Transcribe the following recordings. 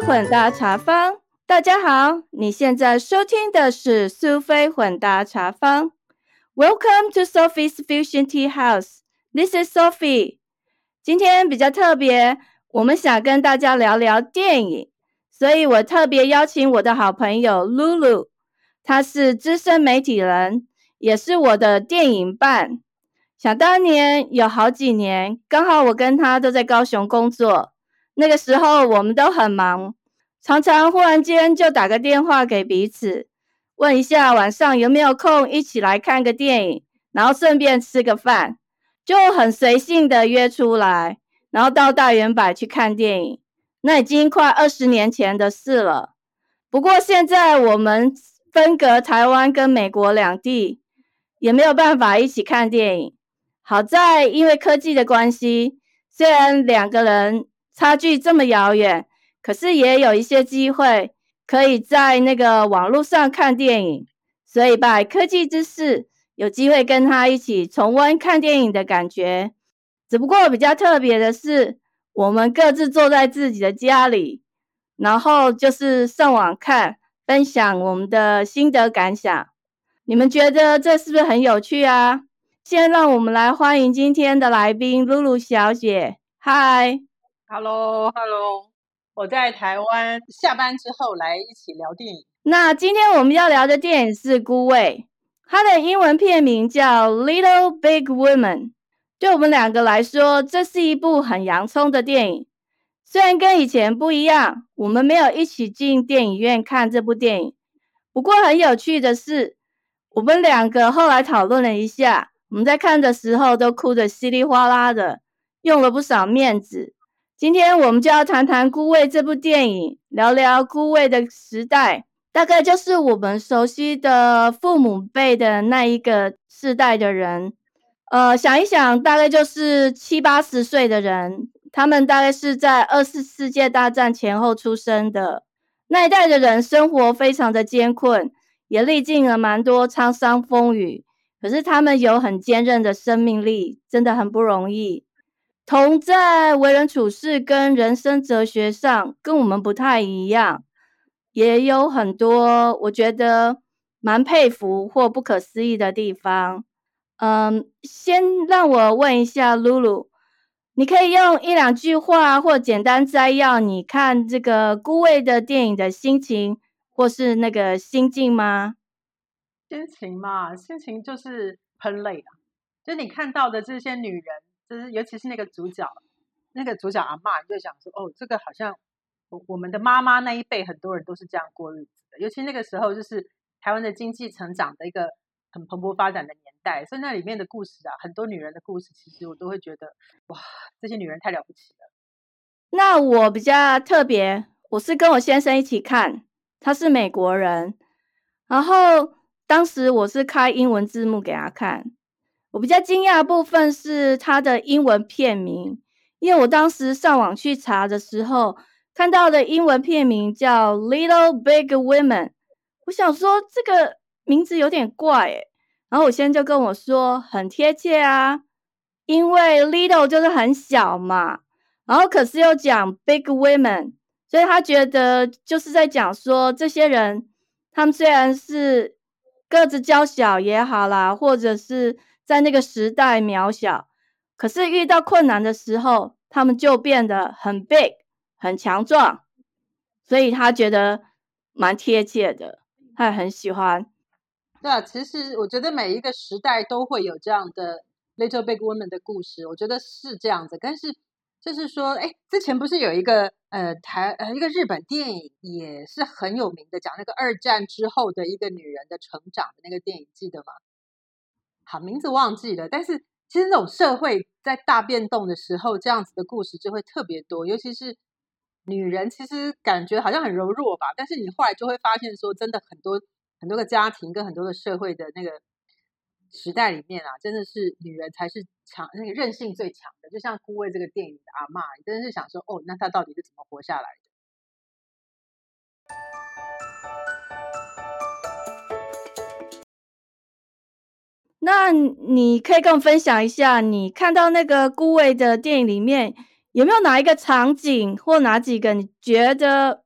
混搭茶坊。大家好，你现在收听的是苏菲混搭茶坊。Welcome to Sophie's Fusion Tea House. This is Sophie. 今天比较特别，我们想跟大家聊聊电影，所以我特别邀请我的好朋友 Lulu， 她是资深媒体人，也是我的电影伴。想当年有好几年，刚好我跟她都在高雄工作，那个时候我们都很忙，常常忽然间就打个电话给彼此，问一下晚上有没有空一起来看个电影，然后顺便吃个饭，就很随性的约出来，然后到大圆柏去看电影。那已经快20年前的事了。不过现在我们分隔台湾跟美国两地，也没有办法一起看电影。好在因为科技的关系，虽然两个人差距这么遥远，可是也有一些机会可以在那个网络上看电影，所以拜科技之赐，有机会跟他一起重温看电影的感觉。只不过比较特别的是，我们各自坐在自己的家里，然后就是上网看，分享我们的心得感想。你们觉得这是不是很有趣啊？先让我们来欢迎今天的来宾露露小姐。嗨 Hello， 我在台湾下班之后来一起聊电影。 那今天我们要聊的电影是《孤味》，它的英文片名叫 Little Big Women。对我们两个来说，这是一部很洋葱的电影。虽然跟以前不一样，我们没有一起进电影院看这部电影，不过很有趣的是，我们两个后来讨论了一下，我们在看的时候都哭得稀里哗啦的，用了不少面子。今天我们就要谈谈《孤味》这部电影，聊聊孤味的时代，大概就是我们熟悉的父母辈的那一个世代的人。想一想，大概就是70、80岁的人，他们大概是在2次世界大战前后出生的。那一代的人生活非常的艰困，也历尽了蛮多沧桑风雨，可是他们有很坚韧的生命力，真的很不容易。同在为人处事跟人生哲学上跟我们不太一样，也有很多我觉得蛮佩服或不可思议的地方。先让我问一下露露，你可以用1、2句话或简单摘要你看这个孤味的电影的心情或是那个心境吗？ 心情嘛，心情就是喷泪啊！就你看到的这些女人，就是尤其是那个主角阿嬷，你就想说，哦，这个好像我们的妈妈那一辈，很多人都是这样过日子的。尤其那个时候，就是台湾的经济成长的一个很蓬勃发展的年代，所以那里面的故事啊，很多女人的故事，其实我都会觉得，哇，这些女人太了不起了。 那我比较特别，我是跟我先生一起看，他是美国人，然后当时我是开英文字幕给他看。我比较惊讶的部分是他的英文片名，因为我当时上网去查的时候，看到的英文片名叫 Little Big Women， 我想说这个名字有点怪诶，然后我先生就跟我说很贴切啊，因为 little 就是很小嘛，然后可是又讲 big women， 所以他觉得就是在讲说这些人，他们虽然是个子娇小也好啦，或者是在那个时代渺小，可是遇到困难的时候，他们就变得很 big， 很强壮，所以他觉得蛮贴切的，他也很喜欢。 对啊，其实我觉得每一个时代都会有这样的 Little Big Women 的故事，我觉得是这样子。但是就是说，哎，之前不是有一个一个日本电影也是很有名的，讲那个2战之后的一个女人的成长的那个电影，记得吗？好，名字忘记了。但是其实那种社会在大变动的时候，这样子的故事就会特别多，尤其是女人，其实感觉好像很柔弱吧，但是你后来就会发现说，真的很多个家庭跟很多的社会的那个时代里面啊，真的是女人才是那个韧性最强的。就像《孤味》这个电影的阿嬷，你真的是想说，哦，那她到底是怎么活下来的？ 那你可以跟我分享一下，你看到那个孤味的电影里面，有没有哪一个场景或哪几个你觉得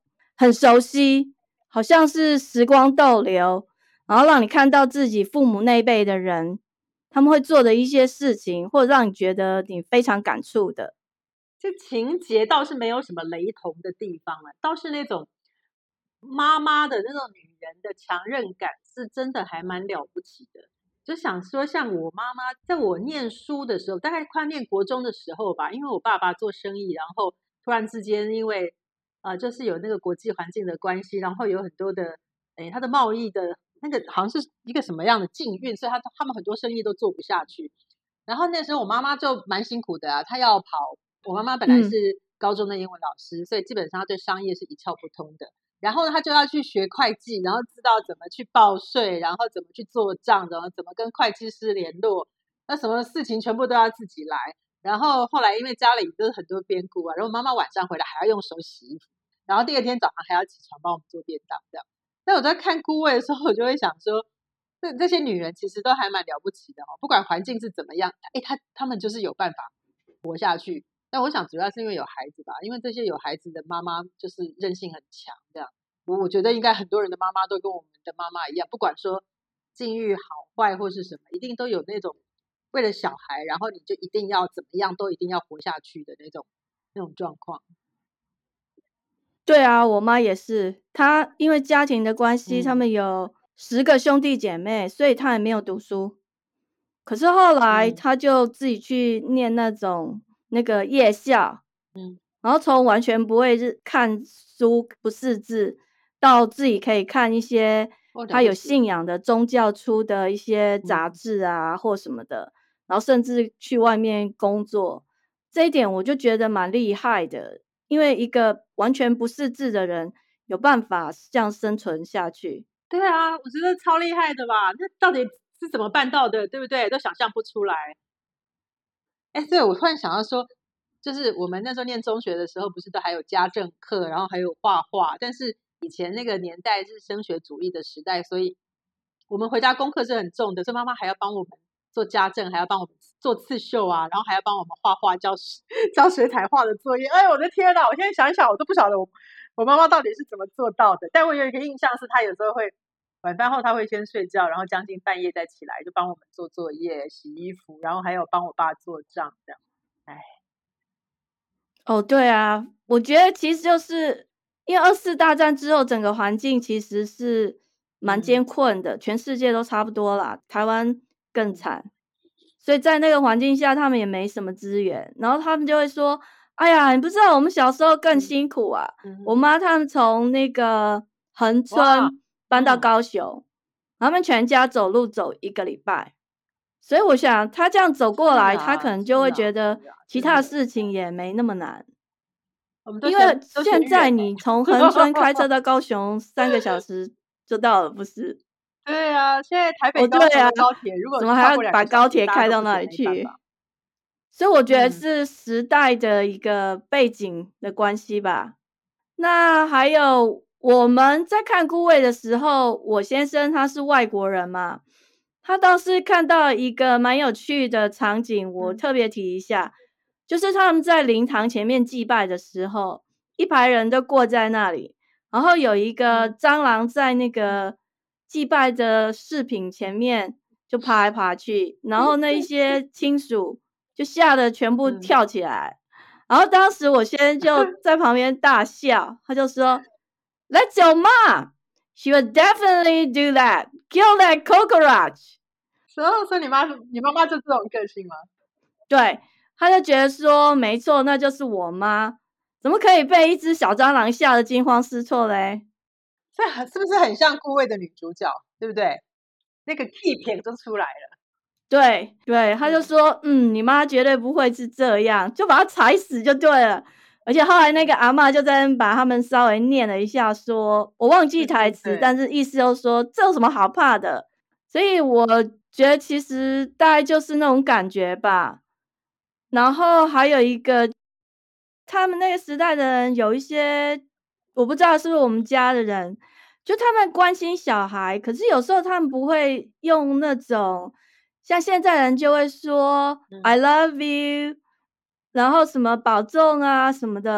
很熟悉，好像是时光逗留，然后让你看到自己父母那一辈的人他们会做的一些事情，或者让你觉得你非常感触的。 这情节倒是没有什么雷同的地方啊，倒是那种妈妈的那种女人的强韧感是真的还蛮了不起的。就想说，像我妈妈在我念书的时候，大概快念国中的时候吧，因为我爸爸做生意，然后突然之间因为就是有那个国际环境的关系，然后有很多的他的贸易的那个好像是一个什么样的境运，所以他们很多生意都做不下去。然后那时候我妈妈就蛮辛苦的啊，她要跑。我妈妈本来是高中的英文老师，所以基本上她对商业是一窍不通的。然后她就要去学会计，然后知道怎么去报税，然后怎么去做账，然后怎么跟会计师联络，那什么事情全部都要自己来。然后后来因为家里都是很多变故啊，然后妈妈晚上回来还要用手洗衣服，然后第二天早上还要起床帮我们做便当这样。那我在看顾问的时候，我就会想说，这些女人其实都还蛮了不起的哦，不管环境是怎么样，她们就是有办法活下去。但我想主要是因为有孩子吧，因为这些有孩子的妈妈就是韧性很强，这样。我觉得应该很多人的妈妈都跟我们的妈妈一样，不管说境遇好坏或是什么，一定都有那种为了小孩，然后你就一定要怎么样，都一定要活下去的那种状况。 对啊，我妈也是，她因为家庭的关系，他们有10个兄弟姐妹，所以她也没有读书。可是后来她就自己去念那个夜校，然后从完全不会看书不识字，到自己可以看一些她有信仰的宗教出的一些杂志啊或什么的，然后甚至去外面工作，这一点我就觉得蛮厉害的。因为一个完全不识字的人有办法这样生存下去。 对啊，我觉得超厉害的吧？那到底是怎么办到的，对不对？都想象不出来。对，我突然想到说，就是我们那时候念中学的时候，不是都还有家政课，然后还有画画。但是以前那个年代是升学主义的时代，所以我们回家功课是很重的，所以妈妈还要帮我们做家政，还要帮我们做刺绣啊，然后还要帮我们画画，教水彩画的作业。哎，我的天哪！我现在想一想，我都不晓得我妈妈到底是怎么做到的。但我有一个印象是，她有时候会晚饭后她会先睡觉，然后将近半夜再起来，就帮我们做作业、洗衣服，然后还有帮我爸做账这样。哎， 哦，对啊，我觉得其实就是因为24大战之后，整个环境其实是蛮艰困的，全世界都差不多啦，台湾更惨。所以在那个环境下，他们也没什么资源，然后他们就会说：“哎呀，你不知道我们小时候更辛苦啊！”我妈他们从那个恒春搬到高雄，他们全家走路走1个礼拜。所以我想他这样走过来，他可能就会觉得其他的事情也没那么难。因为现在你从恒春开车到高雄3个小时就到了，不是？ 对啊，现在台北高雄的高铁，如果怎么还要把高铁开到那里去？所以我觉得是时代的一个背景的关系吧。那还有我们在看孤味的时候，我先生他是外国人嘛，他倒是看到一个蛮有趣的场景，我特别提一下，就是他们在灵堂前面祭拜的时候，一排人都过在那里，然后有一个蟑螂在那个祭拜的饰品前面就爬来爬去，然后那一些亲属就吓得全部跳起来。然后当时我先生就在旁边大笑，他就说 "That's your mom. She would definitely do that. Kill that cockroach." 所以你妈妈就这种个性吗？ 对，他就觉得说没错，那就是我妈，怎么可以被一只小蟑螂吓得惊慌失措嘞？ 这是不是很像顾魏的女主角，对不对？那个 key 片都出来了。 对对，他就说你妈绝对不会是这样，就把他踩死就对了。而且后来那个阿嬷就在那把他们稍微念了一下说我忘记台词，但是意思就说这有什么好怕的。所以我觉得其实大概就是那种感觉吧。然后还有一个，他们那个时代的人有一些，我不知道是不是我们家的人，就他们关心小孩，可是有时候他们不会用那种像现在人就会说 "I love you"，然后什么保重啊什么的。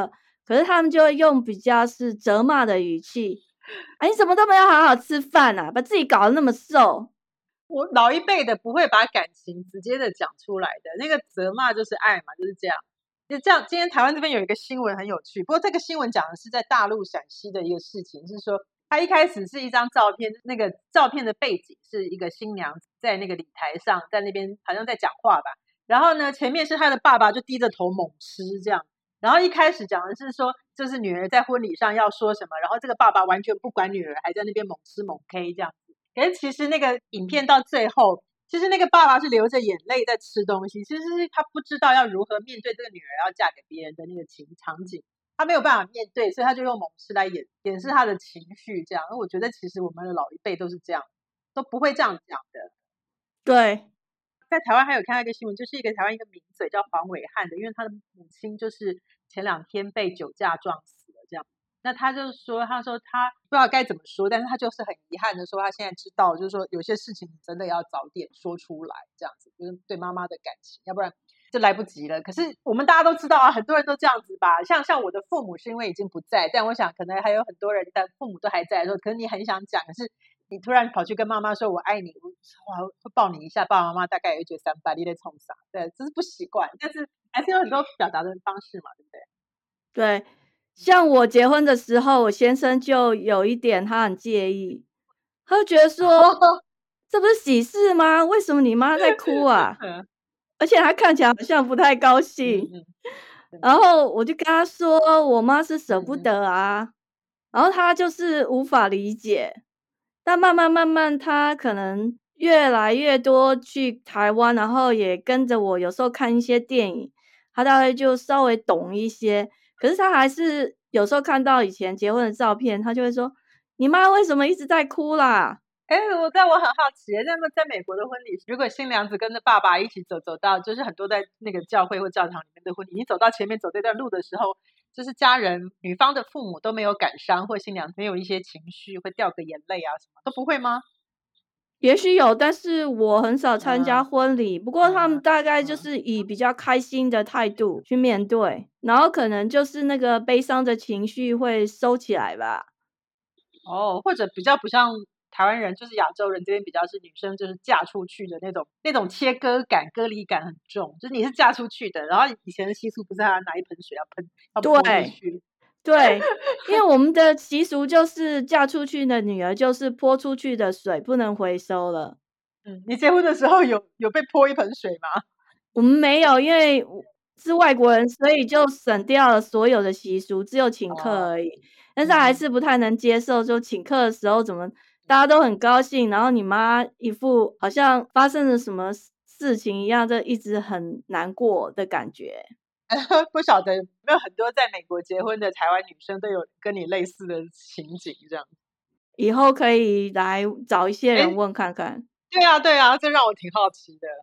可是他们就会用比较是责骂的语气，你怎么都没有好好吃饭啊，把自己搞得那么瘦。 我老一辈的不会把感情直接的讲出来的，那个责骂就是爱嘛，就是这样。就这样，今天台湾这边有一个新闻很有趣，不过这个新闻讲的是在大陆陕西的一个事情，是说他一开始是一张照片，那个照片的背景是一个新娘在那个礼台上，在那边好像在讲话吧，然后呢前面是他的爸爸就低着头猛吃这样，然后一开始讲的是说就是女儿在婚礼上要说什么，然后这个爸爸完全不管女儿，还在那边猛吃猛 K 这样子。可是其实那个影片到最后，其实那个爸爸是流着眼泪在吃东西，其实是他不知道要如何面对这个女儿要嫁给别人的那个场景，他没有办法面对，所以他就用猛吃来掩饰他的情绪，这样。我觉得其实我们的老一辈都是这样，都不会这样讲的。 对， 在台湾还有看到一个新闻，就是一个台湾一个名嘴叫黄伟汉的，因为他的母亲就是前2天被酒驾撞死了，这样。那他就说，他说他不知道该怎么说，但是他就是很遗憾的说，他现在知道，就是说有些事情真的要早点说出来，这样子，就是对妈妈的感情，要不然就来不及了。可是我们大家都知道啊，很多人都这样子吧。像我的父母是因为已经不在，但我想可能还有很多人的父母都还在的时候，可能你很想讲，可是你突然跑去跟妈妈说我爱你，哇，会抱你一下，爸爸妈妈大概也会觉得300你在冲啥，对，这是不习惯，但是还是有很多表达的方式嘛，对不对？ 对，像我结婚的时候，我先生就有一点他很介意，他就觉得说这不是喜事吗？为什么你妈在哭啊？而且他看起来好像不太高兴。然后我就跟他说，我妈是舍不得啊。然后他就是无法理解。但慢慢他可能越来越多去台湾，然后也跟着我有时候看一些电影，他大概就稍微懂一些。可是他还是有时候看到以前结婚的照片，他就会说：“你妈为什么一直在哭啦？” 我很好奇，那么在美国的婚礼，如果新娘子跟着爸爸一起走到，就是很多在那个教会或教堂里面的婚礼，你走到前面走这段路的时候，就是家人女方的父母都没有感伤，或新娘没有一些情绪，会掉个眼泪啊什么都不会吗？ 也许有，但是我很少参加婚礼。不过他们大概就是以比较开心的态度去面对，然后可能就是那个悲伤的情绪会收起来吧。 或者比较不像台湾人，就是亚洲人这边比较是女生就是嫁出去的那种切割感、割离感很重，就是你是嫁出去的，然后以前的习俗不是还要拿一盆水要泼出去？ 对，因为我们的习俗就是嫁出去的女儿就是泼出去的水，不能回收了。 你结婚的时候有被泼一盆水吗？ 我们没有，因为是外国人，所以就省掉了所有的习俗，只有请客而已。但是还是不太能接受，就请客的时候怎么大家都很高兴，然后你妈一副好像发生了什么事情一样，就一直很难过的感觉。 不晓得有没有很多在美国结婚的台湾女生都有跟你类似的情景这样？ 以后可以来找一些人问看看。 对啊，这让我挺好奇的。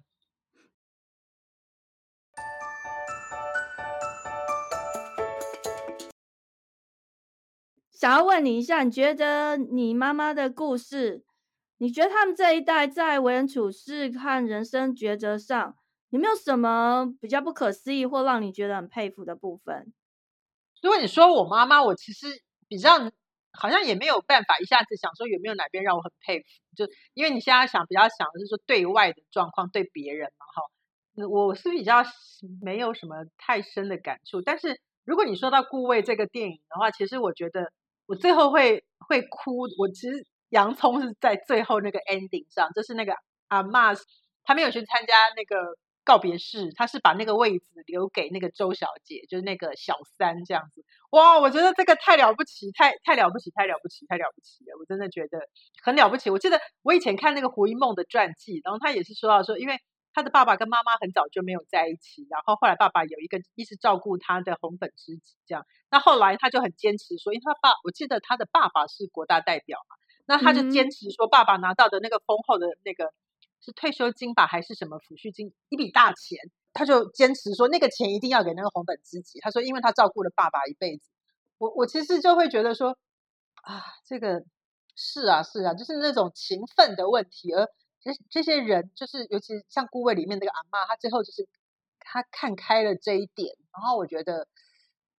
想要问你一下，你觉得你妈妈的故事，你觉得他们这一代在为人处事和人生抉择上，有没有什么比较不可思议或让你觉得很佩服的部分？ 如果你说我妈妈，我其实比较好像也没有办法一下子想说有没有哪边让我很佩服，就因为你现在比较想的是说对外的状况，对别人嘛，哈，我是比较没有什么太深的感触。但是如果你说到顾魏这个电影的话，其实我觉得我最后会哭。我其实洋葱是在最后那个 ending 上，就是那个阿嬷她没有去参加那个告别式，她是把那个位子留给那个周小姐，就是那个小三这样子。哇，我觉得这个太了不起，太了不起，太了不起，太了不起了！我真的觉得很了不起。我记得我以前看那个胡一梦的传记，然后他也是说到说，因为他的爸爸跟妈妈很早就没有在一起，然后后来爸爸有一个一直照顾他的红粉知己，这样。那后来他就很坚持说，因为我记得他的爸爸是国大代表嘛，那他就坚持说，爸爸拿到的那个丰厚的那个是退休金吧，还是什么抚恤金，一笔大钱，他就坚持说那个钱一定要给那个红粉知己。他说，因为他照顾了爸爸一辈子。我其实就会觉得说，这个是啊，就是那种情分的问题。而这些人，就是尤其像顾魏里面那个阿嬷，她最后就是她看开了这一点，然后我觉得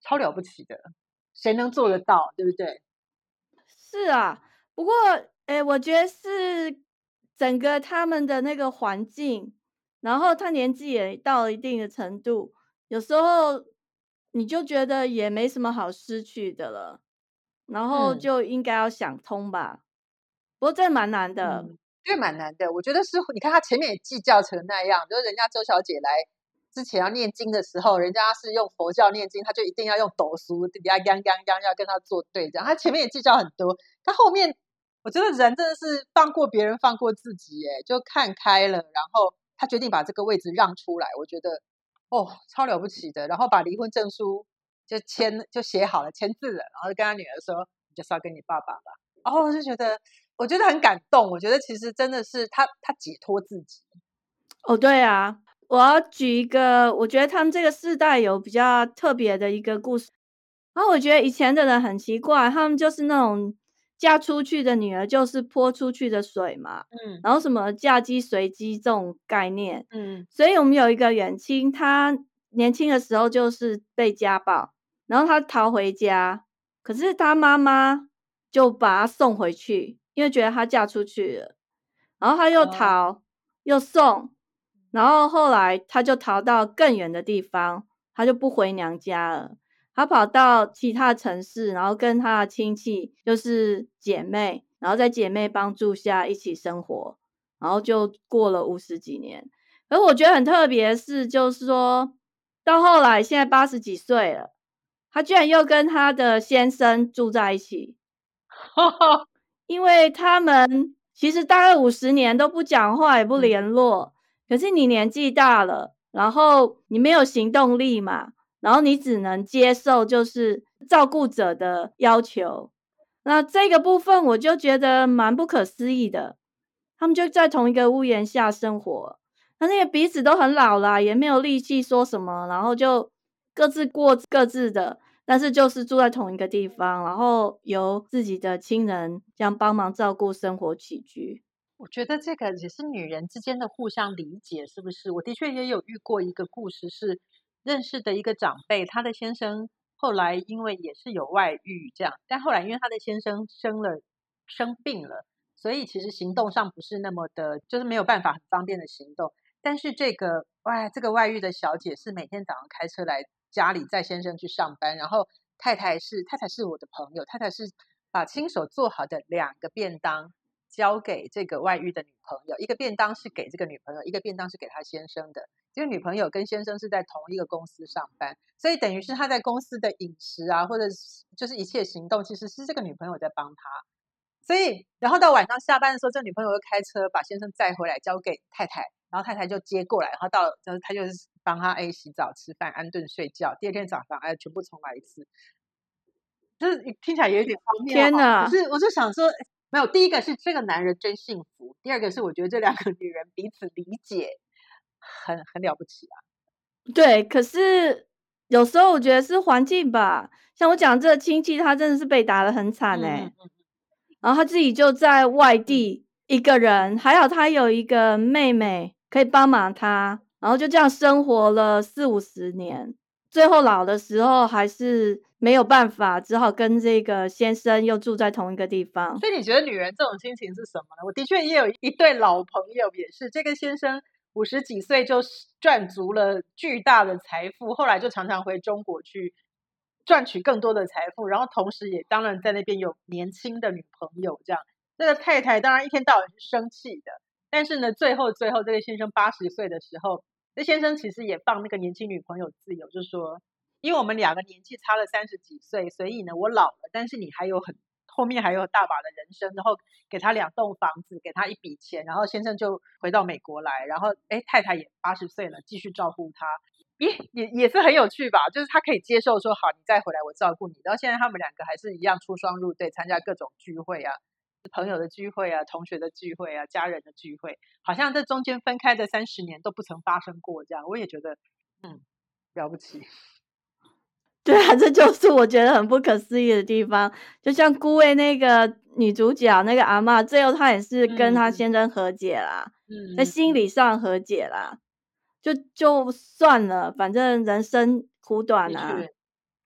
超了不起的，谁能做得到，对不对？ 是啊，不过我觉得是整个他们的那个环境，然后他年纪也到了一定的程度，有时候你就觉得也没什么好失去的了，然后嗯就应该要想通吧。不过这蛮难的。 嗯，这蛮难的。我觉得是，你看他前面也计较成那样，就是人家周小姐来之前要念经的时候，人家是用佛教念经，他就一定要用斗书，要要跟他作对，这样。他前面也计较很多，他后面我觉得人真的是放过别人，放过自己，耶，就看开了，然后他决定把这个位置让出来，我觉得超了不起的。然后把离婚证书就写好了，签字了，然后就跟他女儿说，你就是要跟你爸爸吧。然后我觉得很感动，我觉得其实真的是他解脱自己。 哦，对啊，我要举一个，我觉得他们这个世代有比较特别的一个故事。然后我觉得以前的人很奇怪，他们就是那种嫁出去的女儿就是泼出去的水嘛， 嗯然后什么嫁鸡随鸡这种概念。 嗯所以我们有一个远亲，他年轻的时候就是被家暴，然后他逃回家，可是他妈妈就把他送回去，因为觉得他嫁出去了，然后他又哦逃又送，然后后来他就逃到更远的地方，他就不回娘家了。他跑到其他城市，然后跟他的亲戚就是姐妹，然后在姐妹帮助下一起生活，然后就过了50几年。而我觉得很特别的是，就是说到后来现在80几岁了，他居然又跟他的先生住在一起。因为他们其实大概50年都不讲话也不嗯， 联络，可是你年纪大了，然后你没有行动力嘛，然后你只能接受就是照顾者的要求。那这个部分我就觉得蛮不可思议的，他们就在同一个屋檐下生活，那个彼此都很老啦，也没有力气说什么，然后就各自过各自的，但是就是住在同一个地方，然后由自己的亲人这样帮忙照顾生活起居。 我觉得这个也是女人之间的互相理解，是不是？我的确也有遇过一个故事，是认识的一个长辈，他的先生后来因为也是有外遇这样，但后来因为他的先生生病了，所以其实行动上不是那么的，就是没有办法很方便的行动。但是这个外遇的小姐是每天早上开车来家里载先生去上班，然后太太是我的朋友，太太是把亲手做好的2个便当交给这个外遇的女朋友，一个便当是给这个女朋友，一个便当是给她先生的。这个女朋友跟先生是在同一个公司上班，所以等于是她在公司的饮食啊，或者是就是一切行动，其实是这个女朋友在帮她。所以，然后到晚上下班的时候，这个女朋友又开车把先生载回来交给太太，然后太太就接过来，然后就是他就是帮他洗澡、吃饭、安顿、睡觉，第二天早上全部重来一次，就是听起来有一点荒谬哈。可天哪！ 是我就想说，没有，第一个是这个男人真幸福，第二个是我觉得这2个女人彼此理解，很了不起啊。 对，可是有时候我觉得是环境吧，像我讲这个亲戚，他真的是被打得很惨欸， 嗯嗯然后他自己就在外嗯地一个人，还好他有一个妹妹可以帮忙他，然后就这样生活了40-50年，最后老的时候还是没有办法，只好跟这个先生又住在同一个地方。 所以你觉得女人这种心情是什么呢？我的确也有一对老朋友，也是这个先生50几岁就赚足了巨大的财富，后来就常常回中国去赚取更多的财富，然后同时也当然在那边有年轻的女朋友，这样这个太太当然一天到晚是生气的，但是呢，最后这个先生80岁的时候，这先生其实也放那个年轻女朋友自由，就说因为我们2个年纪差了30几岁，所以呢我老了，但是你后面还有大把的人生，然后给他2栋房子，给他一笔钱，然后先生就回到美国来，然后太太也80岁了，继续照顾他，也是很有趣吧？就是他可以接受说好，你再回来我照顾你，然后现在他们2个还是一样出双入对，参加各种聚会啊，朋友的聚会啊，同学的聚会啊，家人的聚会，好像这中间分开的30年都不曾发生过，这样我也觉得了不起。 对啊，这就是我觉得很不可思议的地方。就像孤味那个女主角那个阿嬷，最后她也是跟她嗯先生和解啦，在嗯心理上和解啦，就算了，反正人生苦短啊。 的确。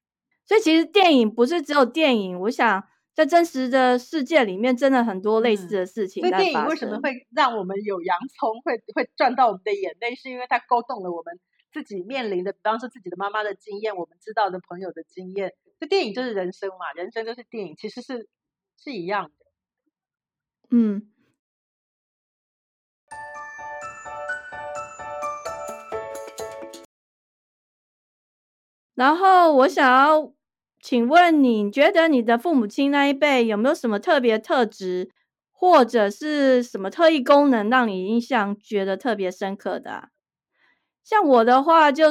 所以其实电影不是只有电影，我想在真实的世界里面，真的很多类似的事情所以在发电影为什么生。 会让我们有洋葱，会转到我们的眼泪，是因为它勾动了我们自己面临的，比方说自己的妈妈的经验，我们知道的朋友的经验。这电影就是人生嘛，人生就是电影，其实是一样的。 嗯。然后我想要请问你，你觉得你的父母亲那一辈有没有什么特别特质，或者是什么特异功能让你印象觉得特别深刻的啊？像我的话就是，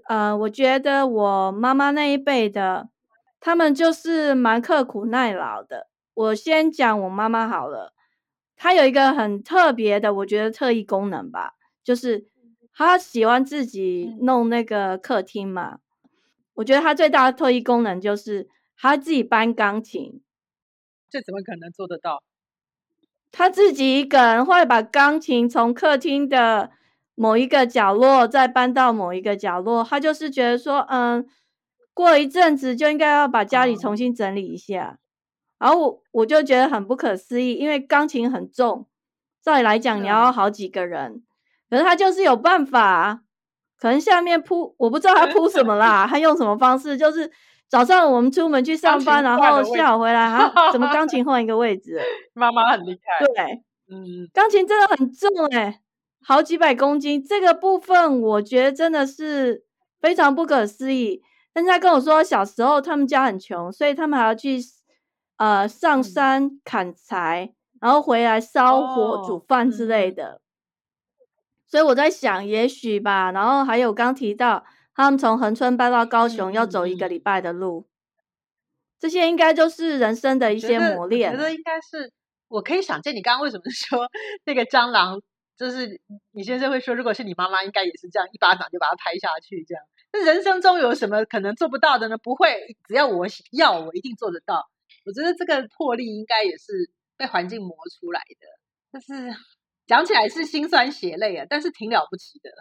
我觉得我妈妈那一辈的，他们就是蛮刻苦耐劳的。我先讲我妈妈好了，她有一个很特别的，我觉得特异功能吧，就是她喜欢自己弄那个客厅嘛。我觉得她最大的特异功能就是她自己搬钢琴。 这怎么可能做得到？ 他自己一个人会把钢琴从客厅的某一个角落再搬到某一个角落，他就是觉得说，过一阵子就应该要把家里重新整理一下。然后我就觉得很不可思议，因为钢琴很重，照理来讲你要好几个人，可是他就是有办法，可能下面铺我不知道他铺什么啦，他用什么方式，就是早上我们出门去上班，然后下午回来啊，怎么钢琴换一个位置了？ 妈妈很厉害。 对，钢琴真的很重好几百公斤，这个部分我觉得真的是非常不可思议。但是他跟我说，小时候他们家很穷，所以他们还要去上山砍柴，然后回来烧火煮饭之类的。所以我在想，也许吧。然后还有刚提到，他们从恒春搬到高雄要走1个礼拜的路，这些应该就是人生的一些磨练。 我觉得应该是，我可以想见你刚刚为什么说那个蟑螂，就是你先生会说，如果是你妈妈，应该也是这样，一巴掌就把它拍下去这样。那人生中有什么可能做不到的呢？不会，只要我要，我一定做得到。我觉得这个魄力应该也是被环境磨出来的，就是讲起来是心酸血泪啊，但是挺了不起的。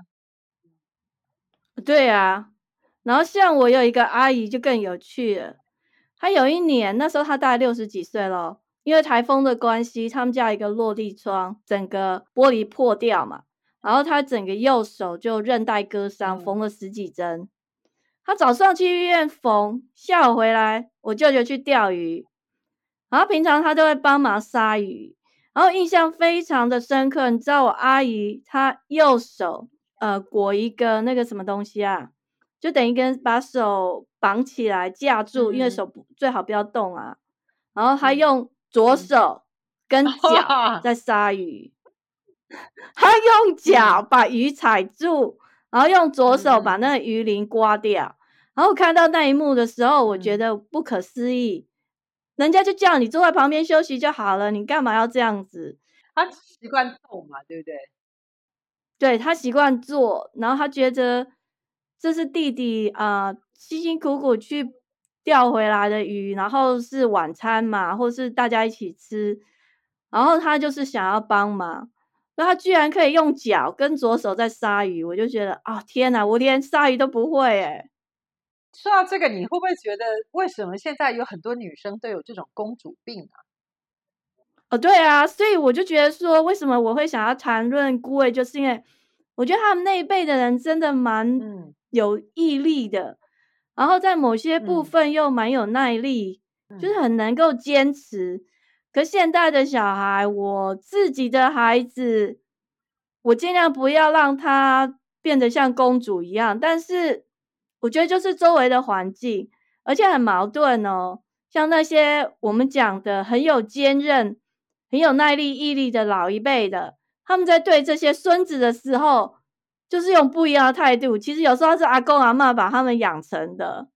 对啊，然后像我有一个阿姨就更有趣了，她有一年那时候她大概60几岁咯，因为台风的关系，他们家一个落地窗，整个玻璃破掉嘛，然后她整个右手就韧带割伤，缝了10几针。她早上去医院缝，下午回来我舅舅去钓鱼，然后平常她都会帮忙杀鱼，然后印象非常的深刻。你知道我阿姨她右手裹一个那个什么东西啊，就等于跟把手绑起来架住，因为手最好不要动啊。然后她用左手跟脚在杀鱼，她用脚把鱼踩住，然后用左手把那个鱼鳞刮掉。然后看到那一幕的时候，我觉得不可思议。人家就叫你坐在旁边休息就好了，你干嘛要这样子？ 他习惯动嘛，对不对？ 对，他习惯做，然后他觉得这是弟弟辛辛苦苦去钓回来的鱼，然后是晚餐嘛，或是大家一起吃，然后他就是想要帮忙，那他居然可以用脚跟左手在杀鱼，我就觉得天哪，我连杀鱼都不会说到这个，你会不会觉得为什么现在有很多女生都有这种公主病啊？ 对啊，所以我就觉得说，为什么我会想要谈论孤味，就是因为我觉得他们那一辈的人真的蛮有毅力的，然后在某些部分又蛮有耐力，就是很能够坚持。可现在的小孩，我自己的孩子，我尽量不要让他变得像公主一样，但是我觉得就是周围的环境，而且很矛盾哦。像那些我们讲的很有坚韧、很有耐力、毅力的老一辈的，他们在对这些孙子的时候，就是用不一样的态度。其实有时候是阿公阿嬷把他们养成的。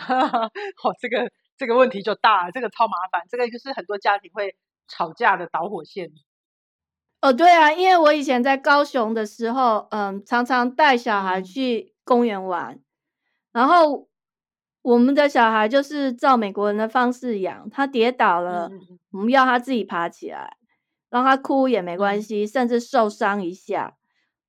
这个问题就大了，这个超麻烦，这个就是很多家庭会吵架的导火线。 对啊，因为我以前在高雄的时候，常常带小孩去公园玩，然后我们的小孩就是照美国人的方式养，他跌倒了，我们要他自己爬起来，让他哭也没关系，甚至受伤一下。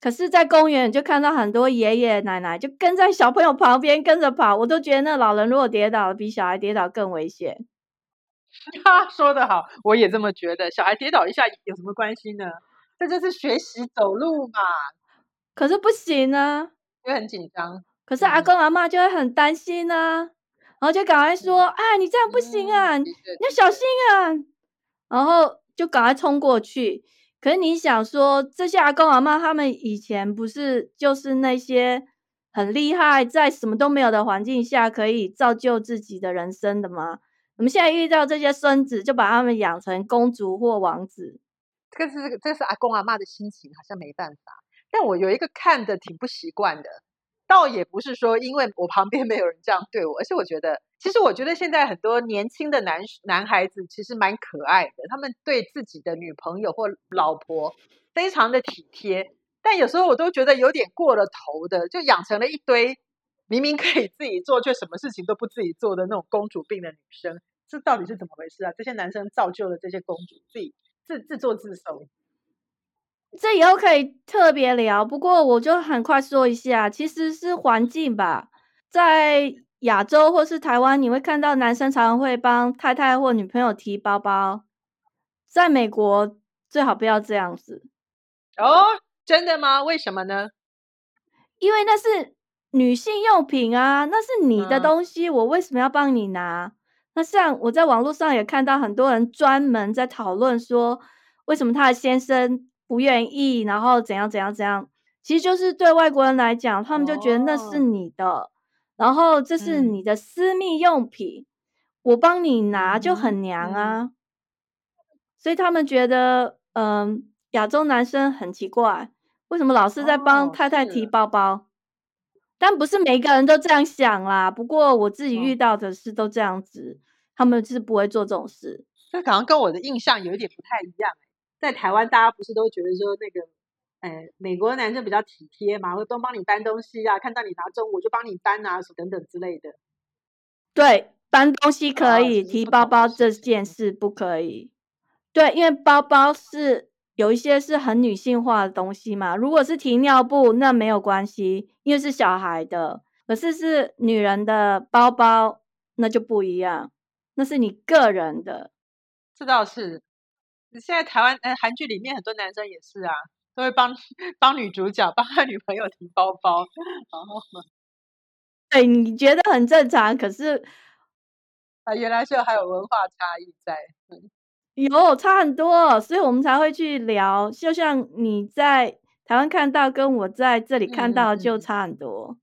可是在公园你就看到很多爷爷奶奶就跟在小朋友旁边跟着跑，我都觉得那老人如果跌倒比小孩跌倒更危险。 说得好，我也这么觉得。小孩跌倒一下有什么关系呢？这就是学习走路嘛， 可是不行啊， 就很紧张。 可是阿公阿嬷就会很担心啊，然后就赶快说：“哎，你这样不行啊，你的确要小心啊。”然后就赶快冲过去。可是你想说，这些阿公阿嬷他们以前不是就是那些很厉害，在什么都没有的环境下可以造就自己的人生的吗？我们现在遇到这些孙子，就把他们养成公主或王子。 这是阿公阿嬷的心情，好像没办法。但我有一个看的挺不习惯的，倒也不是说因为我旁边没有人这样对我，而是我觉得，其实我觉得现在很多年轻的男孩子其实蛮可爱的，他们对自己的女朋友或老婆非常的体贴，但有时候我都觉得有点过了头的，就养成了一堆明明可以自己做却什么事情都不自己做的那种公主病的女生。这到底是怎么回事啊？这些男生造就了这些公主，自己自作自受。 这以后可以特别聊，不过我就很快说一下，其实是环境吧。在亚洲或是台湾，你会看到男生常常会帮太太或女朋友提包包，在美国最好不要这样子。 哦，真的吗？为什么呢？ 因为那是女性用品啊，那是你的嗯东西，我为什么要帮你拿？那像我在网络上也看到很多人专门在讨论说，为什么他的先生不愿意，然后怎样怎样怎样。其实就是对外国人来讲，他们就觉得那是哦， 你的，然后这是嗯你的私密用品，我帮你拿就嗯哼， 很娘嗯啊。所以他们觉得，亚洲男生很奇怪，为什么老是在帮哦， 太太提是， 包包？但不是每一个人都这样想啦，不过我自己遇哦， 到的是都这样子，他们是不会做这种事。 这好像跟我的印象有一点不太一样欸。在台湾，大家不是都觉得说那个，美国男生比较体贴嘛，会多帮你搬东西啊，看到你拿重我就帮你搬啊，等等之类的。 对，搬东西可哦， 以， 其实不提包包这同的事情。 件事不可以。对，因为包包是有一些是很女性化的东西嘛，如果是提尿布，那没有关系，因为是小孩的。可是是女人的包包，那就不一样，那是你个人的。 这倒是。现在台湾韩剧里面很多男生也是啊，都会帮帮女主角帮他女朋友提包包，然后对，你觉得很正常，可是原来是还有文化差异在。嗯有差很多，所以我们才会去聊。就像你在台湾看到，跟我在这里嗯看到就嗯嗯嗯。 差很多。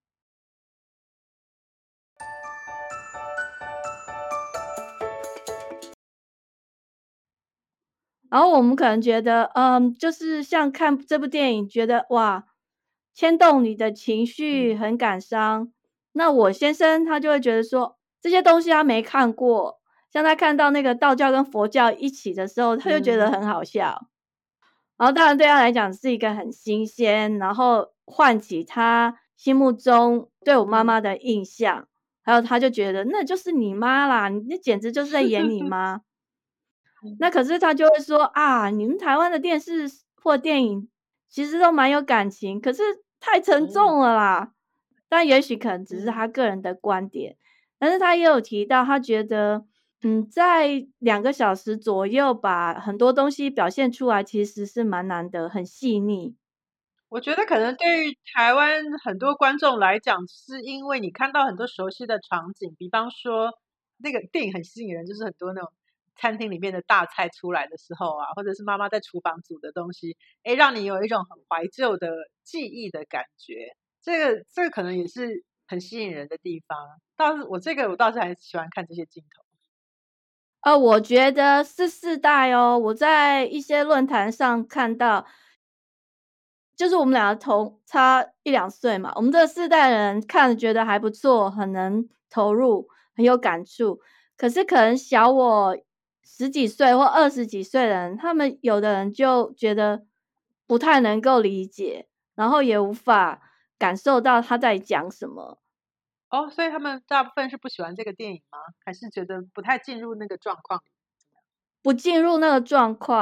然后我们可能觉得，就是像看这部电影，觉得哇，牵动你的情绪， 嗯很感伤。那我先生他就会觉得说，这些东西他没看过，像他看到那个道教跟佛教一起的时候，他就觉得嗯很好笑。然后当然对他来讲是一个很新鲜，然后唤起他心目中对我妈嗯妈的印象，还有他就觉得那就是你妈啦，你那简直就是在演你妈。那嗯可是他就会说啊，你们台湾的电视或电影其实都蛮有感情，可是太沉嗯重了啦。但也许可能只是嗯， 他个人的观点，但是他也有提到，他觉得，在2个小时左右把很多东西表现出来，其实是蛮难得，很细腻。 我觉得可能对于台湾很多观众来讲，是因为你看到很多熟悉的场景，比方说那个电影很吸引人，就是很多那种餐厅里面的大菜出来的时候啊，或者是妈妈在厨房煮的东西，让你有一种很怀旧的记忆的感觉。这个可能也是很吸引人的地方。我倒是很喜欢看这些镜头。 我觉得是世代哦，我在一些论坛上看到就是我们两个差1、2岁嘛，我们这个世代人看了觉得还不错，很能投入，很有感触。可是可能小我十几岁或20几岁的人，他们有的人就觉得不太能够理解，然后也无法感受到他在讲什么， 哦，所以他们大部分是不喜欢这个电影吗？还是觉得不太进入那个状况里？ 不进入那个状况。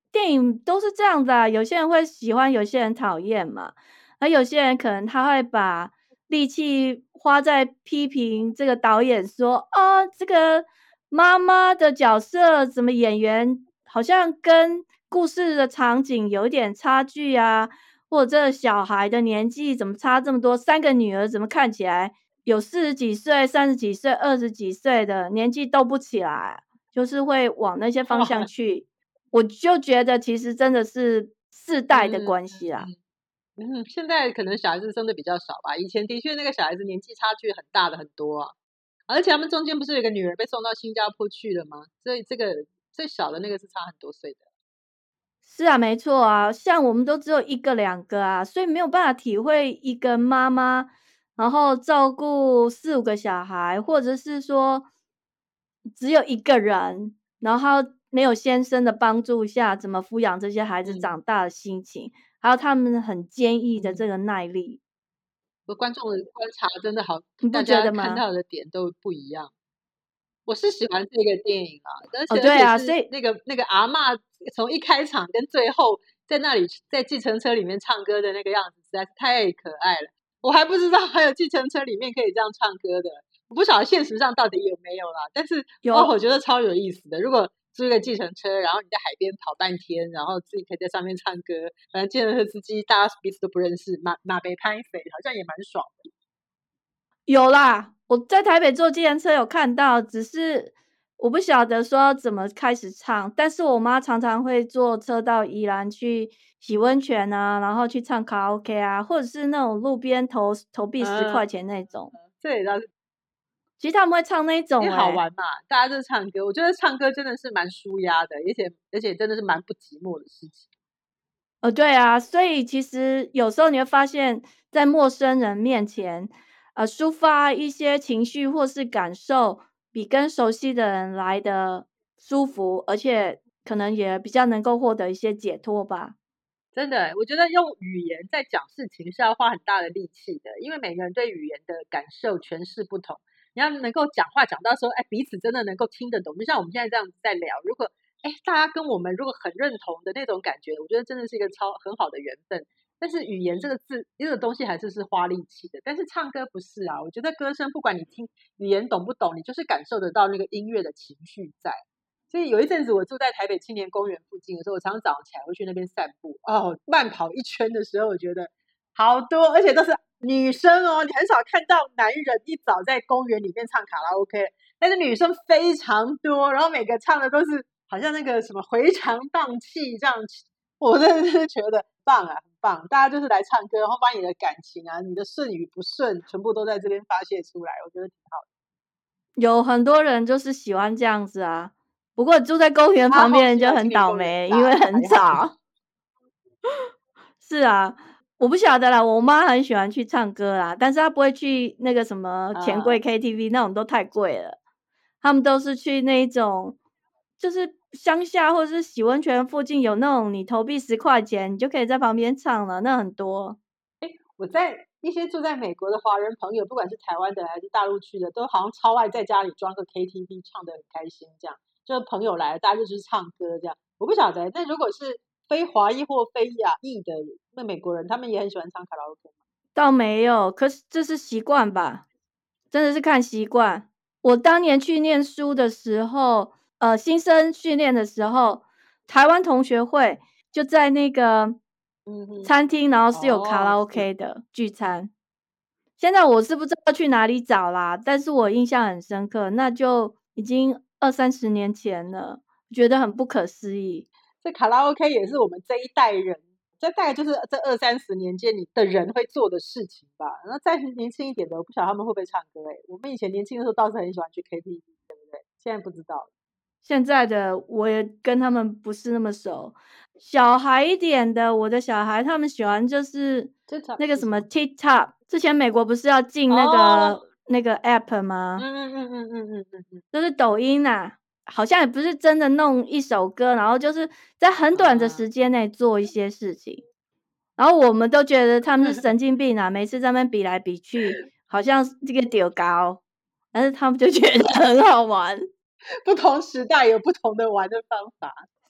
电影都是这样的啊，有些人会喜欢，有些人讨厌嘛。而有些人可能他会把力气花在批评这个导演说，这个妈妈的角色怎么演员好像跟故事的场景有一点差距啊，或者这个小孩的年纪怎么差这么多，三个女儿怎么看起来有40几岁、30几岁、20几岁的年纪斗不起来，就是会往那些方向哇， 去。我就觉得其实真的是世代的嗯关系啦。 现在可能小孩子生的比较少吧，以前的确那个小孩子年纪差距很大的很多啊，而且他们中间不是有个女儿被送到新加坡去了吗？所以这个最小的那个是差很多岁的。 是啊，没错啊，像我们都只有1个2个啊，所以没有办法体会一个妈妈，然后照顾4、5个小孩，或者是说只有1个人，然后没有先生的帮助下，怎么抚养这些孩子嗯长大的心情，还有他们很坚毅的嗯， 这个耐力， 观众的观察真的好， 你不大家看觉得吗？ 到的点都不一样。我是喜欢这个电影啊，而哦， 且而且对啊，所以是那个阿嬷从一开场跟最后在那里在计程车里面唱歌的那个样子实在是太可爱了。我还不知道还有计程车里面可以这样唱歌的，我不晓得现实上到底有没有啦。但是我有觉得超有意思的。如果租一个计程车，然后你在海边跑半天，然后自己可以在上面唱歌，反正计程车司机大家彼此都不认识，马北拍匪好像也蛮爽的。 有啦，我在台北坐计程车有看到，只是我不晓得说怎么开始唱，但是我妈常常会坐车到宜兰去洗温泉啊，然后去唱卡拉 OK 啊，或者是那种路边投币嗯， 10块钱那种， 这也倒是。 其实他们会唱那因为种好玩嘛，大家就唱歌，我觉得唱歌真的是蛮舒压的，而且真的是蛮不寂寞的事情。 对啊，所以其实有时候你会发现在陌生人面前，抒发一些情绪或是感受，比跟熟悉的人来的舒服，而且可能也比较能够获得一些解脱吧。 真的，我觉得用语言在讲事情是要花很大的力气的，因为每个人对语言的感受诠释不同。你要能够讲话讲到说，哎，彼此真的能够听得懂，就像我们现在这样子在聊，如果大家跟我们如果很认同的那种感觉，我觉得真的是一个很好的缘分。但是语言这个字这个东西还是花力气的，但是唱歌不是啊。我觉得歌声不管你听语言懂不懂，你就是感受得到那个音乐的情绪在。所以有一阵子我住在台北青年公园附近的时候，我常常早上起来会去那边散步。慢跑一圈的时候，我觉得好多，而且都是女生哦，你很少看到男人一早在公园里面唱卡拉 OK，但是女生非常多，然后每个唱的都是好像那个什么回肠荡气这样，我真的是觉得棒啊，很棒！大家就是来唱歌，然后把你的感情啊、你的顺与不顺，全部都在这边发泄出来，我觉得挺好的。 有很多人就是喜欢这样子啊，不过住在公园他旁边人好喜欢青就很年公园倒霉，因为啦， 很还好。 吵。是啊，我不晓得啦，我妈很喜欢去唱歌啦，但是她不会去那个什么钱柜 KTV 那种都太贵了，他们都是去那一种，就是乡下或者是洗温泉附近有那种你投币10块钱，你就可以在旁边唱了，那很多。 我在一些住在美国的华人朋友，不管是台湾的还是大陆区的，都好像超爱在家里装个 KTV，唱得很开心，这样就是朋友来了，大家就是唱歌这样。我不晓得，但如果是非华裔或非亚裔的那美国人，他们也很喜欢唱卡拉 OK 吗？ 倒没有，可是这是习惯吧，真的是看习惯。我当年去念书的时候，新生训练的时候，台湾同学会就在那个嗯哼， 餐厅，然后是有卡拉是， OK 的聚餐。现在我是不知道去哪里找啦，但是我印象很深刻，那就已经20、30年前了，觉得很不可思议。 这卡拉 OK 也是我们这一代人，这大概就是这20、30年间你的人会做的事情吧。然后再年轻一点的，我不晓得他们会不会唱歌。我们以前年轻的时候倒是很喜欢去 KTV，对不对？现在不知道了。 现在的我也跟他们不是那么熟，小孩一点的，我的小孩他们喜欢就是这场那个什么是什么？ TikTok，之前美国不是要禁那哦， 个那个 App 吗？ 嗯。 就是抖音啊，好像也不是真的弄一首歌，然后就是在很短的啊， 时间内做一些事情，然后我们都觉得他们是神经病啊，每次在那边比来比去，好像是这个丢高，但是他们就觉得很好玩。 不同时代有不同的玩的方法。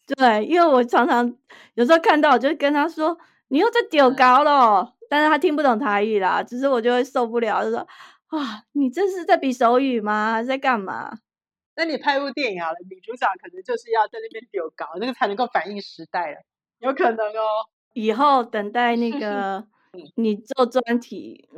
对，因为我常常有时候看到，我就跟他说：“你又在丢高了。”但是他听不懂台语啦，只是我就会受不了，就说：“啊，你这是在比手语吗？还是在干嘛？” 那你拍部电影好了，女主角可能就是要在那边丢高，那个才能够反映时代了，有可能哦。 以后等待那个你做专题，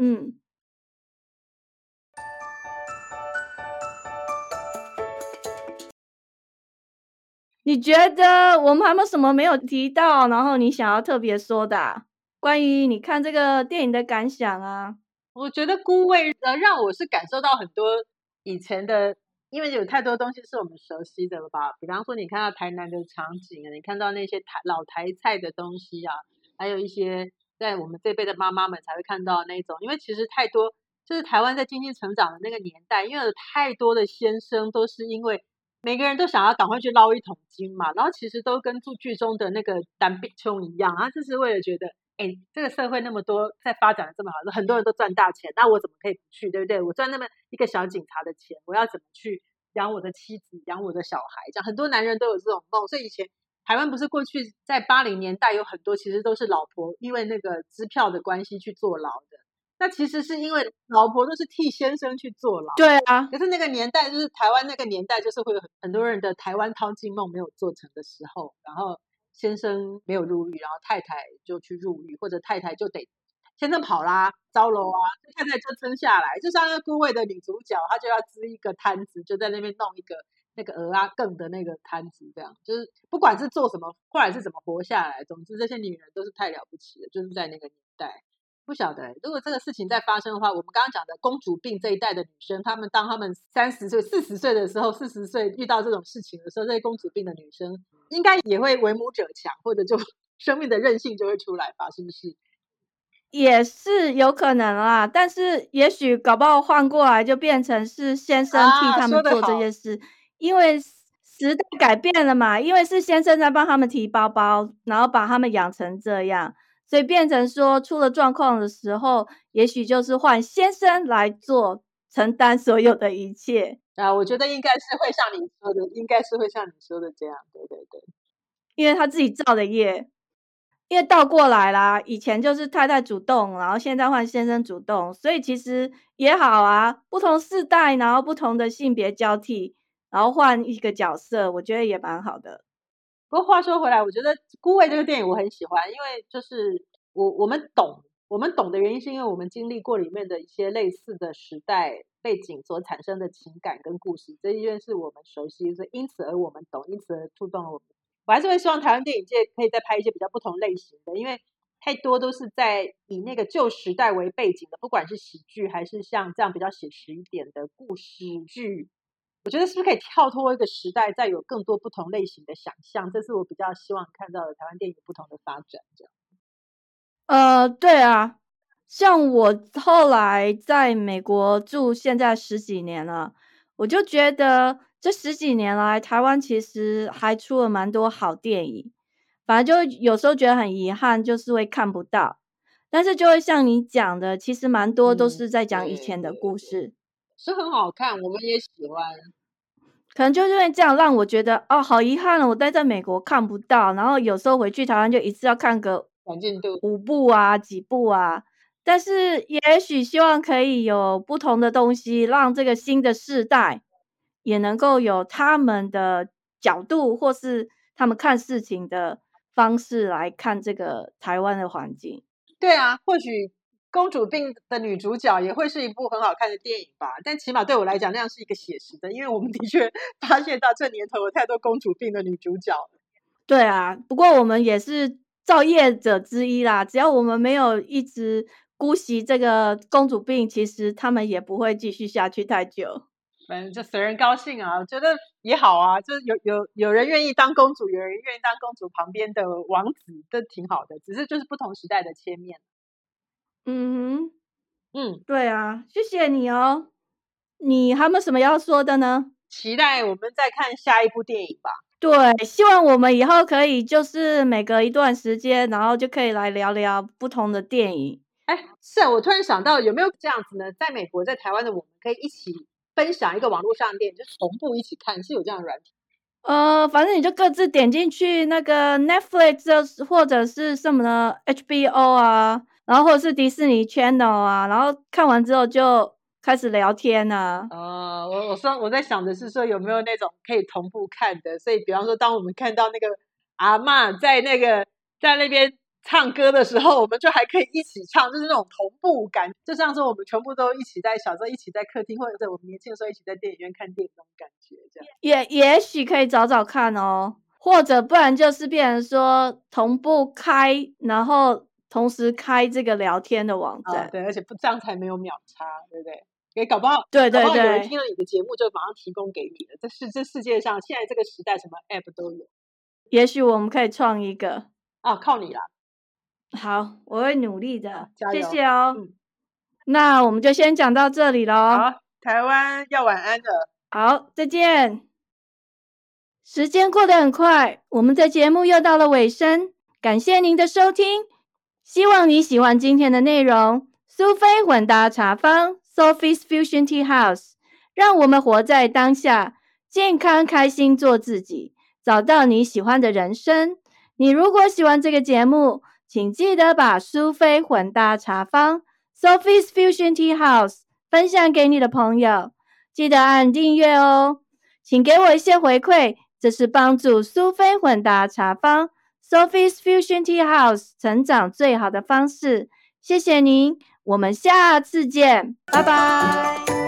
你觉得我们还有没有什么没有提到，然后你想要特别说的啊？关于你看这个电影的感想啊？ 我觉得孤味让我是感受到很多以前的，因为有太多东西是我们熟悉的了吧。比方说，你看到台南的场景啊，你看到那些老台菜的东西啊，还有一些在我们这辈的妈妈们才会看到那种。因为其实太多，就是台湾在经济成长的那个年代，因为有太多的先生都是因为每个人都想要赶快去捞一桶金嘛，然后其实都跟剧中的那个单碧冲一样，他就是为了觉得。哎，这个社会那么多，在发展的这么好，很多人都赚大钱，那我怎么可以不去，对不对？我赚那么一个小警察的钱，我要怎么去养我的妻子、养我的小孩？这样很多男人都有这种梦，所以以前台湾不是过去在80年代有很多其实都是老婆因为那个支票的关系去坐牢的，那其实是因为老婆都是替先生去坐牢。 对啊， 可是那个年代就是台湾那个年代，就是会有很多人的台湾淘金梦没有做成的时候，然后先生没有入狱，然后太太就去入狱，或者太太就得先生跑啦，糟了啊，太太就撑下来。就像那个孤味的女主角，她就要支一个摊子，就在那边弄一个那个鹅啊更的那个摊子，这样就是不管是做什么，后来是怎么活下来，总之这些女人都是太了不起了，就是在那个年代。不晓得，如果这个事情再发生的话，我们刚刚讲的公主病这一代的女生，当她们30岁、40岁的时候，40岁遇到这种事情的时候，这些公主病的女生应该也会为母者强，或者就生命的韧性就会出来吧？是不是？ 也是有可能啦，但是也许搞不好换过来就变成是先生替他们做这件事，因为时代改变了嘛，因为是先生在帮他们提包包，然后把他们养成这样，所以变成说出了状况的时候，也许就是换先生来做，承担所有的一切。 我觉得应该是会像你说的，应该是会像你说的这样，对对对， 因为他自己造的业。因为倒过来啦，以前就是太太主动，然后现在换先生主动，所以其实也好啊，不同世代，然后不同的性别交替，然后换一个角色，我觉得也蛮好的。 不过话说回来，我觉得《孤味》这个电影我很喜欢，因为就是我们懂的原因，是因为我们经历过里面的一些类似的时代背景所产生的情感跟故事，这一件是我们熟悉，所以因此而我们懂，因此而触动了我们。我还是会希望台湾电影界可以再拍一些比较不同类型的，因为太多都是在以那个旧时代为背景的，不管是喜剧还是像这样比较写实一点的故事剧。我觉得是不是可以跳脱一个时代，再有更多不同类型的想象？这是我比较希望看到的台湾电影不同的发展。这样， 对啊，像我后来在美国住现在十几年了，我就觉得这十几年来，台湾其实还出了蛮多好电影，反正就有时候觉得很遗憾，就是会看不到。但是就会像你讲的，其实蛮多都是在讲以前的故事， 是很好看，我们也喜欢。 可能就是因为这样让我觉得，哦，好遗憾哦，我待在美国看不到，然后有时候回去台湾就一次要看个赶进度 5部啊、几部啊。但是也许希望可以有不同的东西，让这个新的世代也能够有他们的角度，或是他们看事情的方式来看这个台湾的环境。 对啊，或许公主病的女主角也会是一部很好看的电影吧。但起码对我来讲，那样是一个写实的，因为我们的确发现到这年头有太多公主病的女主角了。 对啊，不过我们也是造业者之一啦，只要我们没有一直姑息这个公主病，其实他们也不会继续下去太久。 反正就随人高兴啊，我觉得也好啊，就是有人愿意当公主，有人愿意当公主旁边的王子，这挺好的。只是就是不同时代的切面。 嗯哼， 嗯， 对啊，谢谢你哦。你还有没有什么要说的呢？ 期待我们再看下一部电影吧。 对，希望我们以后可以就是每隔一段时间，然后就可以来聊聊不同的电影。 哎，是啊，我突然想到，有没有这样子呢？在美国，在台湾的我们可以一起分享一个网络上的电影，就是同步一起看，是有这样的软体。 反正你就各自点进去那个 Netflix 或者是什么呢 HBO 啊，然后或者是迪士尼 Channel 啊，然后看完之后就开始聊天啊。 我在想的是说有没有那种可以同步看的，所以比方说当我们看到那个阿嬷在那边唱歌的时候，我们就还可以一起唱，就是那种同步感，就像说我们全部都一起在小时候一起在客厅，或者在我们年轻的时候一起在电影院看电影那种感觉，这样。 也许可以找找看哦，或者不然就是变成说同步开，然后同时开这个聊天的网站。 对，而且这样才没有秒差，对不对？也搞不好对对有人对， 听了你的节目就马上提供给你了。这世界上现在这个时代，什么 app 都有也许我们可以创一个。 啊，靠你啦！ 好，我会努力的，谢加油！ 谢哦。那我们就先讲到这里咯。 好，台湾要晚安了。 好，再见。时间过得很快，我们的节目又到了尾声，感谢您的收听，希望你喜欢今天的内容。苏菲混搭茶坊 Sophie's Fusion Tea House， 让我们活在当下，健康开心做自己，找到你喜欢的人生。你如果喜欢这个节目，请记得把苏菲混搭茶坊 Sophie's Fusion Tea House 分享给你的朋友，记得按订阅哦。请给我一些回馈，这是帮助苏菲混搭茶坊 Sophie's Fusion Tea House 成长最好的方式。谢谢您，我们下次见，拜拜。